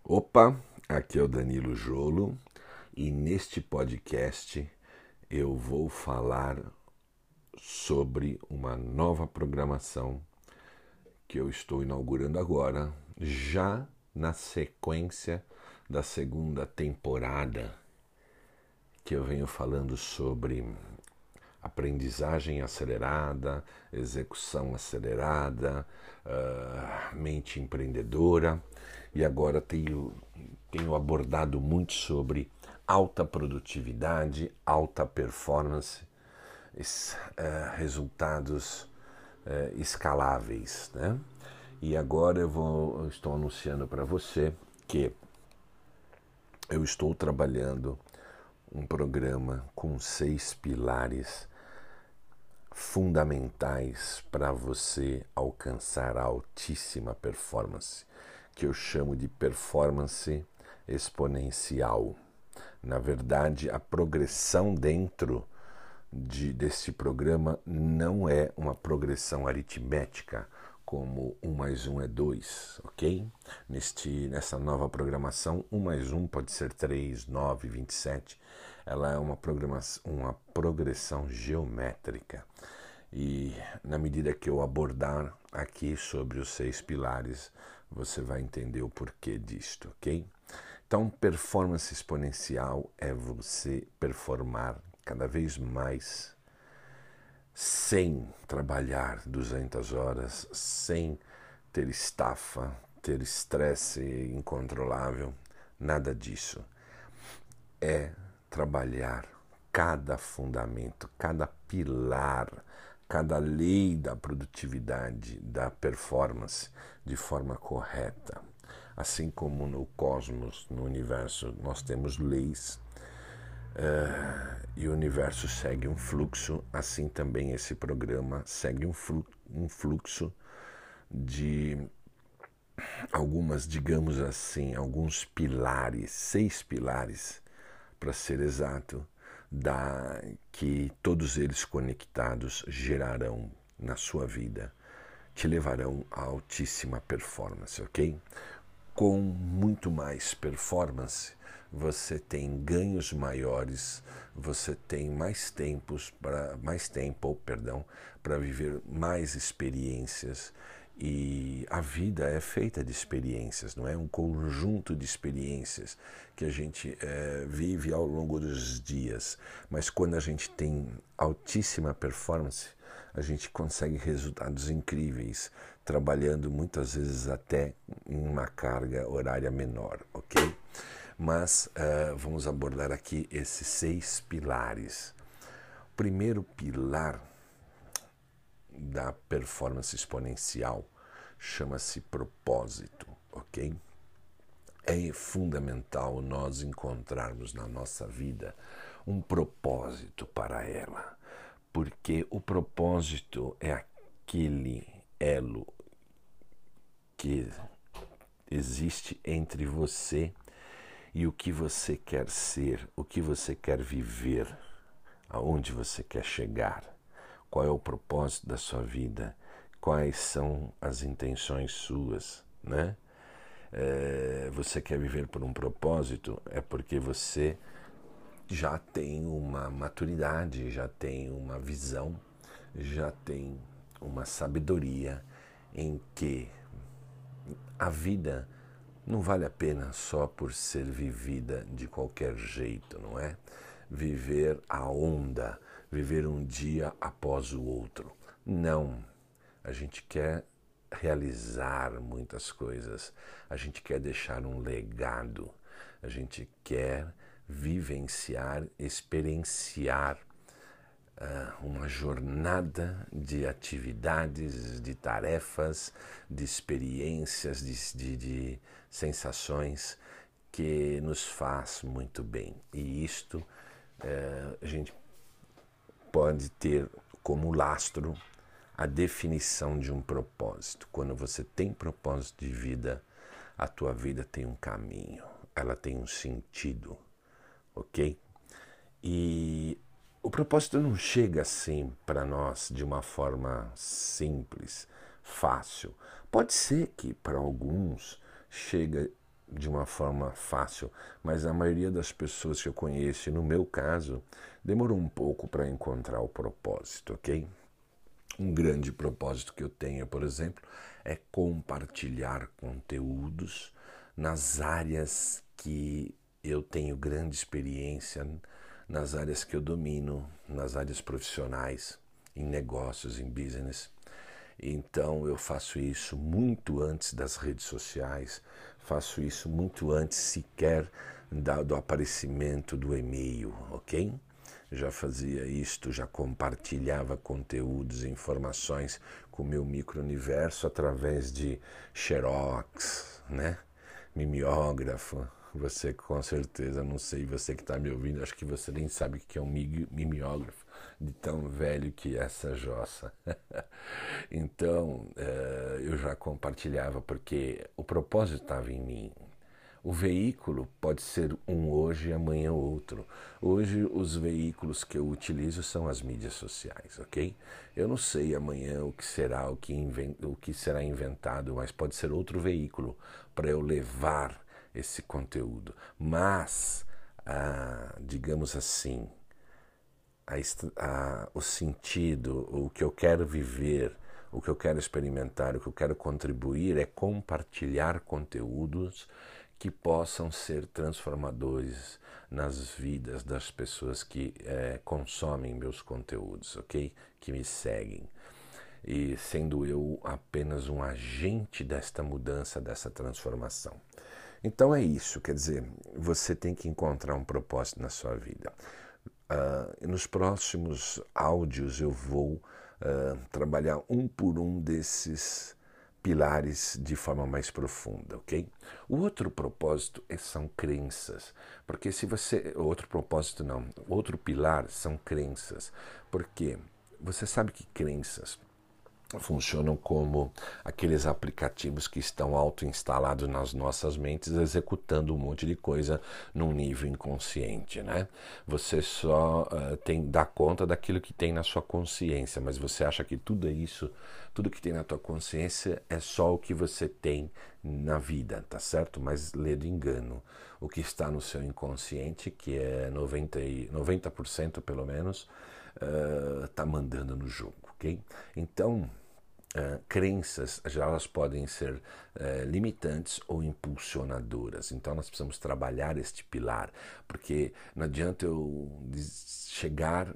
Opa, aqui é o Danilo Jolo e neste podcast eu vou falar sobre uma nova programação que eu estou inaugurando agora, já na sequência da segunda temporada, que eu venho falando sobre aprendizagem acelerada, execução acelerada, mente empreendedora, e agora tenho abordado muito sobre alta produtividade, alta performance, resultados escaláveis, né? E agora eu estou anunciando para você que eu estou trabalhando um programa com 6 pilares fundamentais para você alcançar a altíssima performance, que eu chamo de performance exponencial. Na verdade, a progressão dentro desse programa não é uma progressão aritmética, como 1 mais 1 é 2, ok? Nessa nova programação, 1 mais 1 pode ser 3, 9, 27. Ela é uma progressão geométrica. E na medida que eu abordar aqui sobre os 6 pilares, você vai entender o porquê disto, ok? Então, performance exponencial é você performar cada vez mais sem trabalhar 200 horas, sem ter estafa, ter estresse incontrolável, nada disso. É trabalhar cada fundamento, cada pilar, cada lei da produtividade, da performance de forma correta. Assim como no cosmos, no universo, nós temos leis e o universo segue um fluxo, assim também esse programa segue um fluxo de algumas, digamos assim, alguns pilares, 6 pilares, para ser exato, que todos eles conectados gerarão na sua vida, te levarão a altíssima performance, ok? Com muito mais performance, você tem ganhos maiores, você tem mais tempo, para viver mais experiências. E a vida é feita de experiências, não é? Um conjunto de experiências que a gente vive ao longo dos dias. Mas quando a gente tem altíssima performance, a gente consegue resultados incríveis, trabalhando muitas vezes até em uma carga horária menor, ok? Mas vamos abordar aqui esses 6 pilares. O primeiro pilar da performance exponencial chama-se propósito, ok? É fundamental nós encontrarmos na nossa vida um propósito para ela, porque o propósito é aquele elo que existe entre você e o que você quer ser, o que você quer viver, aonde você quer chegar, qual é o propósito da sua vida, quais são as intenções suas, né? Você quer viver por um propósito, é porque você já tem uma maturidade, já tem uma visão, já tem uma sabedoria em que a vida não vale a pena só por ser vivida de qualquer jeito, não é? Viver a onda, viver um dia após o outro. Não. A gente quer realizar muitas coisas, a gente quer deixar um legado, a gente quer vivenciar, experienciar uma jornada de atividades, de tarefas, de experiências, de sensações que nos faz muito bem. E isto a gente pode ter como lastro a definição de um propósito. Quando você tem propósito de vida, a tua vida tem um caminho, ela tem um sentido, ok? E o propósito não chega assim para nós de uma forma simples, fácil. Pode ser que para alguns chega de uma forma fácil, mas a maioria das pessoas que eu conheço, e no meu caso, demorou um pouco para encontrar o propósito, ok? Um grande propósito que eu tenho, por exemplo, é compartilhar conteúdos nas áreas que eu tenho grande experiência, nas áreas que eu domino, nas áreas profissionais, em negócios, em business. Então eu faço isso muito antes das redes sociais, faço isso muito antes sequer do aparecimento do e-mail, ok? Já fazia isto, já compartilhava conteúdos e informações com o meu micro-universo através de xerox, né? Mimeógrafo. Você com certeza, não sei, você que está me ouvindo, acho que você nem sabe o que é um mimeógrafo, de tão velho que é essa jossa. Então, eu já compartilhava, porque o propósito estava em mim. O veículo pode ser um hoje e amanhã outro. Hoje os veículos que eu utilizo são as mídias sociais, ok? Eu não sei amanhã o que será, o que será inventado, mas pode ser outro veículo para eu levar esse conteúdo. Mas, digamos assim, o sentido, o que eu quero viver, o que eu quero experimentar, o que eu quero contribuir é compartilhar conteúdos que possam ser transformadores nas vidas das pessoas que consomem meus conteúdos, ok? Que me seguem. E sendo eu apenas um agente desta mudança, dessa transformação. Então é isso, quer dizer, você tem que encontrar um propósito na sua vida. Nos próximos áudios eu vou trabalhar um por um desses pilares de forma mais profunda, ok? O outro propósito são crenças, porque se você... Outro propósito não, outro pilar são crenças, porque você sabe que crenças funcionam como aqueles aplicativos que estão auto-instalados nas nossas mentes, executando um monte de coisa num nível inconsciente, né? Você só dá conta daquilo que tem na sua consciência, mas você acha que tudo isso, tudo que tem na tua consciência é só o que você tem na vida, tá certo? Mas lê do engano. O que está no seu inconsciente, que é 90% pelo menos, está mandando no jogo, ok? Então, crenças já elas podem ser limitantes ou impulsionadoras. Então nós precisamos trabalhar este pilar, porque não adianta eu chegar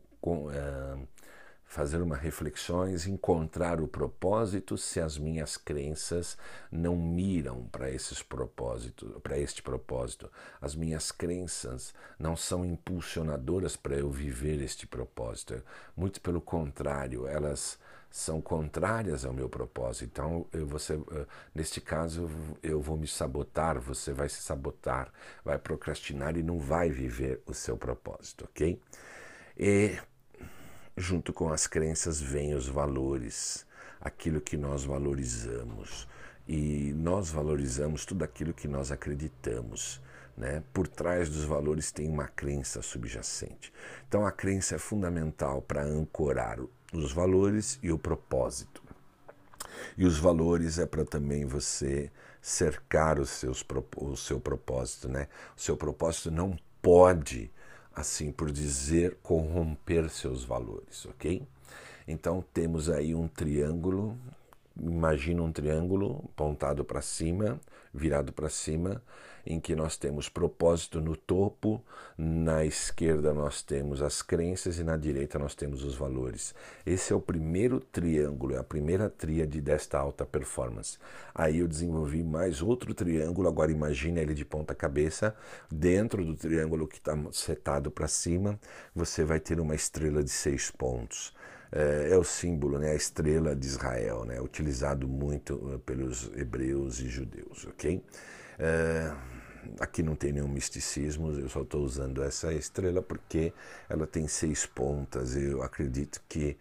fazer uma reflexões, encontrar o propósito se as minhas crenças não miram para este propósito. As minhas crenças não são impulsionadoras para eu viver este propósito. Muito pelo contrário, elas são contrárias ao meu propósito. Então, neste caso, eu vou me sabotar, você vai se sabotar, vai procrastinar e não vai viver o seu propósito, ok? E junto com as crenças vêm os valores, aquilo que nós valorizamos. E nós valorizamos tudo aquilo que nós acreditamos, né? Por trás dos valores tem uma crença subjacente. Então a crença é fundamental para ancorar os valores e o propósito. E os valores é para também você cercar o seu propósito, né? O seu propósito não pode, assim por dizer, corromper seus valores, ok? Então temos aí um triângulo, imagina um triângulo apontado para cima, virado para cima, em que nós temos propósito no topo, na esquerda nós temos as crenças e na direita nós temos os valores. Esse é o primeiro triângulo, é a primeira tríade desta alta performance. Aí eu desenvolvi mais outro triângulo, agora imagina ele de ponta cabeça, dentro do triângulo que está setado para cima, você vai ter uma estrela de 6 pontos. É o símbolo, né, a estrela de Israel, né, utilizado muito pelos hebreus e judeus, ok? Aqui não tem nenhum misticismo, eu só estou usando essa estrela porque ela tem 6 pontas. Eu acredito que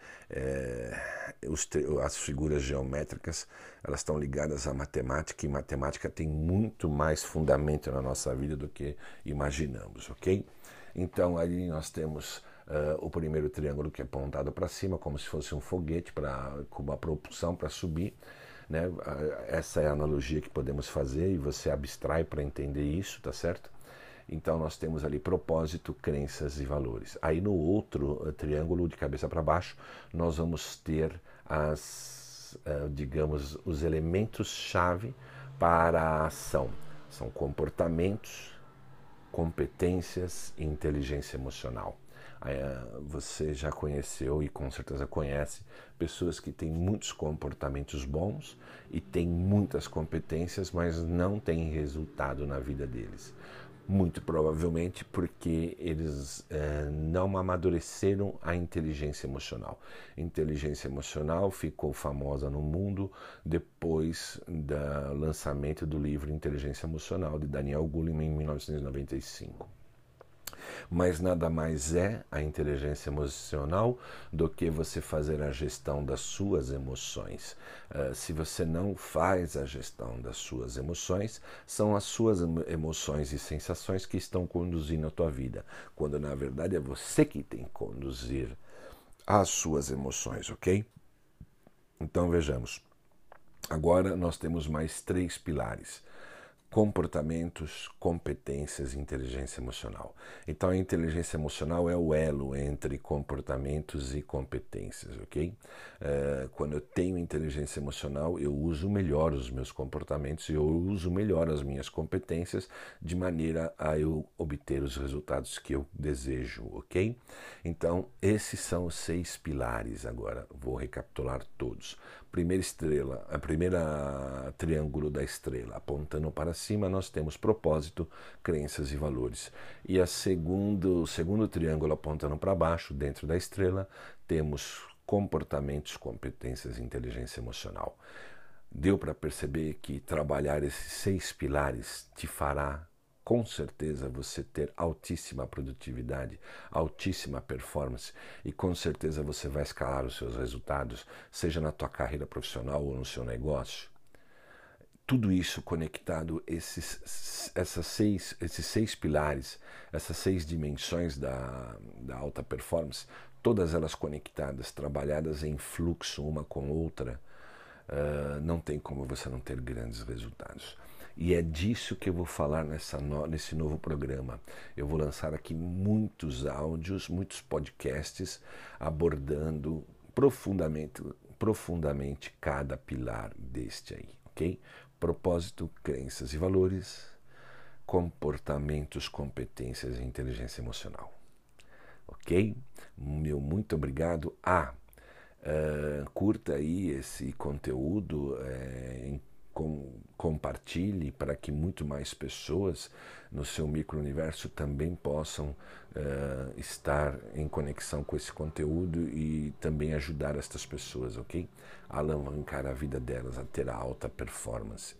as figuras geométricas elas estão ligadas à matemática, e matemática tem muito mais fundamento na nossa vida do que imaginamos, ok? Então ali nós temos o primeiro triângulo que é apontado para cima, como se fosse um foguete com uma propulsão para subir. né? Essa é a analogia que podemos fazer e você abstrai para entender isso, tá certo? Então nós temos ali propósito, crenças e valores. Aí no outro triângulo de cabeça para baixo, nós vamos ter digamos, os elementos-chave para a ação. São comportamentos, competências e inteligência emocional. Você já conheceu e com certeza conhece pessoas que têm muitos comportamentos bons e têm muitas competências, mas não têm resultado na vida deles. Muito provavelmente porque eles não amadureceram a inteligência emocional. Inteligência emocional ficou famosa no mundo depois do lançamento do livro Inteligência Emocional, de Daniel Goleman, em 1995. Mas nada mais é a inteligência emocional do que você fazer a gestão das suas emoções. Se você não faz a gestão das suas emoções, são as suas emoções e sensações que estão conduzindo a tua vida, quando na verdade é você que tem que conduzir as suas emoções, ok? Então vejamos, agora nós temos mais 3 pilares: comportamentos, competências e inteligência emocional. Então a inteligência emocional é o elo entre comportamentos e competências, ok? Quando eu tenho inteligência emocional, eu uso melhor os meus comportamentos e eu uso melhor as minhas competências de maneira a eu obter os resultados que eu desejo, ok? Então esses são os 6 pilares. Agora vou recapitular todos. Primeira estrela, a primeira triângulo da estrela, apontando para cima, nós temos propósito, crenças e valores. E o segundo triângulo apontando para baixo, dentro da estrela, temos comportamentos, competências e inteligência emocional. Deu para perceber que trabalhar esses 6 pilares te fará com certeza você ter altíssima produtividade, altíssima performance e com certeza você vai escalar os seus resultados, seja na tua carreira profissional ou no seu negócio. Tudo isso conectado, esses 6 pilares, essas 6 dimensões da alta performance, todas elas conectadas, trabalhadas em fluxo uma com outra, não tem como você não ter grandes resultados. E é disso que eu vou falar nesse novo programa. Eu vou lançar aqui muitos áudios, muitos podcasts abordando profundamente cada pilar deste aí, ok? Propósito, crenças e valores, comportamentos, competências e inteligência emocional. Ok? Meu muito obrigado. Curta aí esse conteúdo, compartilhe para que muito mais pessoas no seu micro-universo também possam estar em conexão com esse conteúdo e também ajudar estas pessoas, ok? A alavancar a vida delas, a ter a alta performance.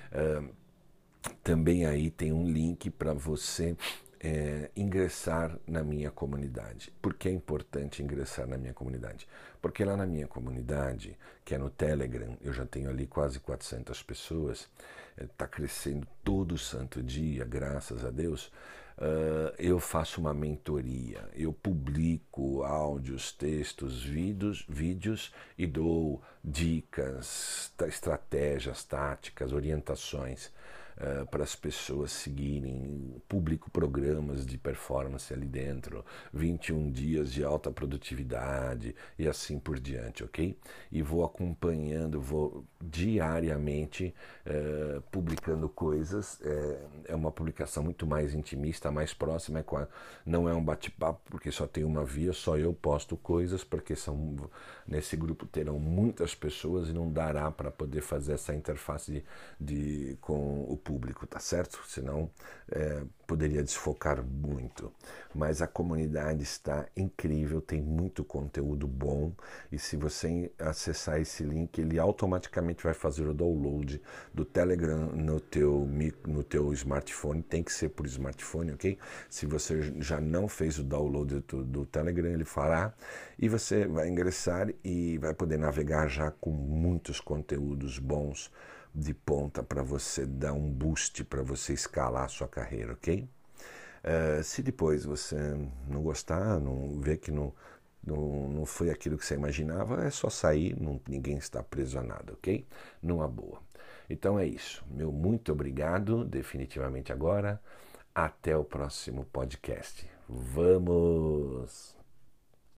Também aí tem um link para você ingressar na minha comunidade. Por que é importante ingressar na minha comunidade? Porque lá na minha comunidade, que é no Telegram, eu já tenho ali quase 400 pessoas, está crescendo todo santo dia, graças a Deus. Eu faço uma mentoria, eu publico áudios, textos, vídeos e dou dicas, estratégias, táticas, orientações para as pessoas seguirem. Publico programas de performance ali dentro, 21 dias de alta produtividade e assim por diante, ok? E vou acompanhando, vou diariamente publicando coisas. É uma publicação muito mais intimista, mais próxima, não é um bate-papo, porque só tem uma via, só eu posto coisas, porque nesse grupo terão muitas pessoas e não dará para poder fazer essa interface com o público, tá certo? Senão poderia desfocar muito. Mas a comunidade está incrível, tem muito conteúdo bom e se você acessar esse link, ele automaticamente vai fazer o download do Telegram no teu smartphone. Tem que ser por smartphone, ok? Se você já não fez o download do Telegram, ele fará e você vai ingressar e vai poder navegar já com muitos conteúdos bons de ponta para você dar um boost, para você escalar a sua carreira, ok? Se depois você não gostar, não vê que não não foi aquilo que você imaginava, é só sair, ninguém está preso a nada, ok? Numa boa. Então é isso. Meu muito obrigado, definitivamente agora. Até o próximo podcast. Vamos!